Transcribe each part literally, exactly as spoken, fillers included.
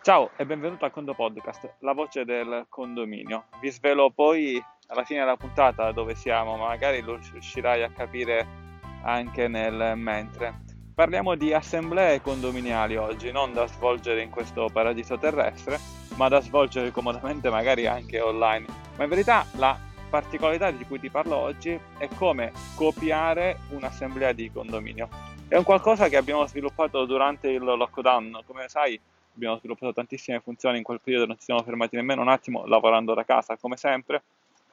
Ciao e benvenuto al Condo Podcast, la voce del condominio. Vi svelo poi alla fine della puntata dove siamo, ma magari lo riuscirai a capire anche nel mentre. Parliamo di assemblee condominiali oggi, non da svolgere in questo paradiso terrestre, ma da svolgere comodamente magari anche online. Ma in verità la particolarità di cui ti parlo oggi è come copiare un'assemblea di condominio. È un qualcosa che abbiamo sviluppato durante il lockdown, come sai. Abbiamo sviluppato tantissime funzioni in quel periodo, non ci siamo fermati nemmeno un attimo lavorando da casa, come sempre.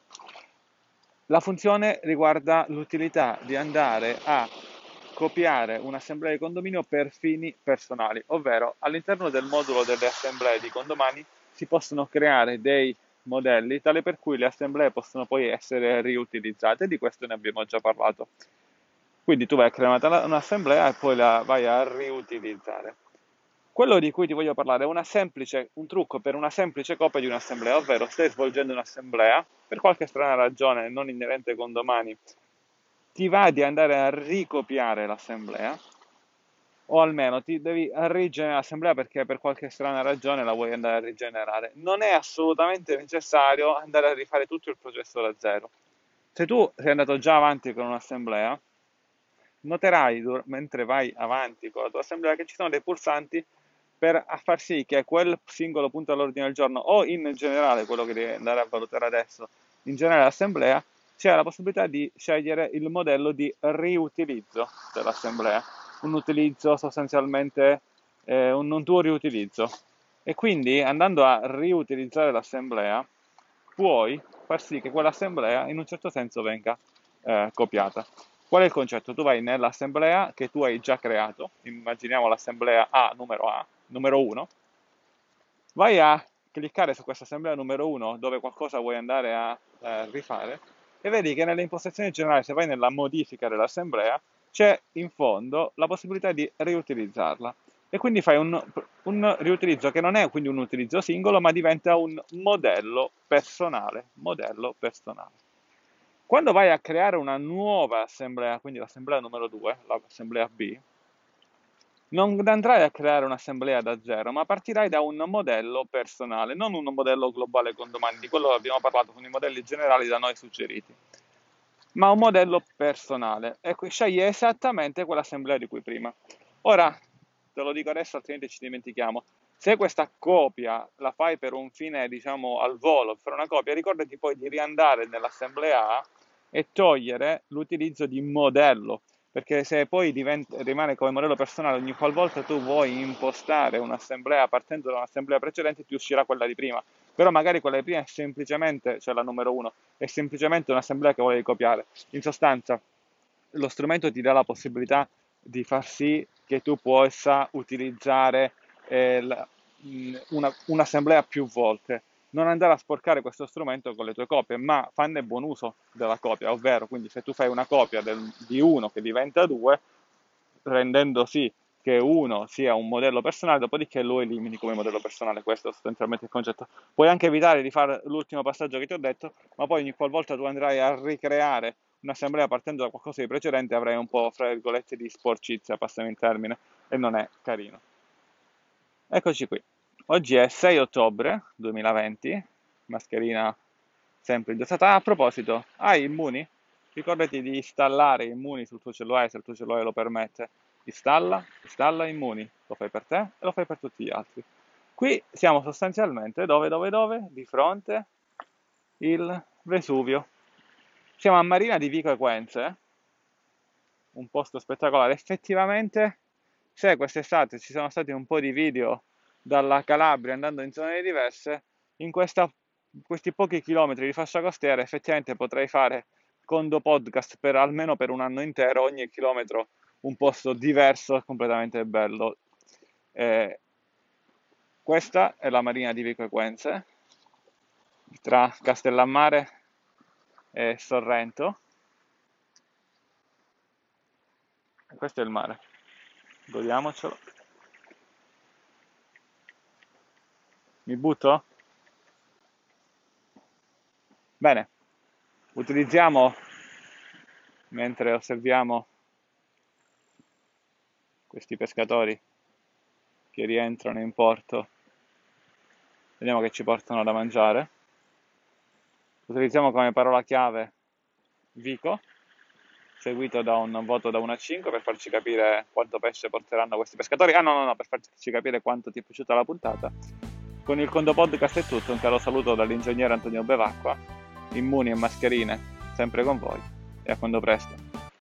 La funzione riguarda l'utilità di andare a copiare un'assemblea di condominio per fini personali, ovvero all'interno del modulo delle assemblee di condomini si possono creare dei modelli tale per cui le assemblee possono poi essere riutilizzate, di questo ne abbiamo già parlato. Quindi tu vai a creare una- un'assemblea e poi la vai a riutilizzare. Quello di cui ti voglio parlare è una semplice, un trucco per una semplice copia di un'assemblea, ovvero stai svolgendo un'assemblea, per qualche strana ragione non inerente con domani, ti va di andare a ricopiare l'assemblea, o almeno ti devi rigenerare l'assemblea perché per qualche strana ragione la vuoi andare a rigenerare. Non è assolutamente necessario andare a rifare tutto il processo da zero. Se tu sei andato già avanti con un'assemblea, noterai mentre vai avanti con la tua assemblea che ci sono dei pulsanti per far sì che quel singolo punto all'ordine del giorno o in generale quello che devi andare a valutare adesso, in generale l'assemblea, c'è la possibilità di scegliere il modello di riutilizzo dell'assemblea, un utilizzo sostanzialmente, eh, un, un tuo riutilizzo. E quindi andando a riutilizzare l'assemblea puoi far sì che quell'assemblea in un certo senso venga eh, copiata. Qual è il concetto? Tu vai nell'assemblea che tu hai già creato, immaginiamo l'assemblea A numero A, numero uno, vai a cliccare su questa assemblea numero uno dove qualcosa vuoi andare a eh, rifare e vedi che nelle impostazioni generali, se vai nella modifica dell'assemblea, c'è in fondo la possibilità di riutilizzarla. E quindi fai un, un riutilizzo che non è quindi un utilizzo singolo, ma diventa un modello personale. Modello personale. Quando vai a creare una nuova assemblea, quindi l'assemblea numero due, l'assemblea B, non andrai a creare un'assemblea da zero, ma partirai da un modello personale, non un modello globale con domani, di quello abbiamo parlato con i modelli generali da noi suggeriti, ma un modello personale. E qui scegli esattamente quell'assemblea di cui prima. Ora, te lo dico adesso, altrimenti ci dimentichiamo. Se questa copia la fai per un fine, diciamo, al volo, per una copia, ricordati poi di riandare nell'assemblea A e togliere l'utilizzo di modello, perché se poi diventa, rimane come modello personale ogni qualvolta tu vuoi impostare un'assemblea partendo da un'assemblea precedente ti uscirà quella di prima, però magari quella di prima è semplicemente, cioè la numero uno, è semplicemente un'assemblea che volevi copiare. In sostanza, lo strumento ti dà la possibilità di far sì che tu possa utilizzare eh, la- mh, una- un'assemblea più volte. Non andare a sporcare questo strumento con le tue copie, ma fanne buon uso della copia, ovvero quindi se tu fai una copia del- di uno che diventa due, rendendo sì che uno sia un modello personale, dopodiché lo elimini come modello personale. Questo è sostanzialmente il concetto. Puoi anche evitare di fare l'ultimo passaggio che ti ho detto, ma poi ogni qualvolta tu andrai a ricreare un'assemblea partendo da qualcosa di precedente avrai un po', fra virgolette, di sporcizia, passami il termine, e non è carino. Eccoci qui. Oggi è sei ottobre duemilaventi, mascherina sempre indossata. Ah, a proposito, hai Immuni? Ricordati di installare Immuni sul tuo cellulare se il tuo cellulare lo permette. Installa, installa Immuni. Lo fai per te e lo fai per tutti gli altri. Qui siamo sostanzialmente dove, dove, dove? Di fronte il Vesuvio. Siamo a Marina di Vico Equense, un posto spettacolare. Effettivamente, se quest'estate ci sono stati un po' di video dalla Calabria andando in zone diverse, in questa, questi pochi chilometri di fascia costiera effettivamente potrei fare condo podcast per almeno per un anno intero, ogni chilometro un posto diverso e completamente bello. Eh, Questa è la marina di Vico Equense, tra Castellammare e Sorrento. E questo è il mare, godiamocelo. Mi butto? Bene, utilizziamo, mentre osserviamo questi pescatori che rientrano in porto, vediamo che ci portano da mangiare. Utilizziamo come parola chiave Vico, seguito da un voto da uno a cinque per farci capire quanto pesce porteranno questi pescatori. Ah no, no, no, per farci capire quanto ti è piaciuta la puntata. Con il Condo Podcast è tutto, un caro saluto dall'ingegnere Antonio Bevacqua, immuni e mascherine, sempre con voi, e a quando presto.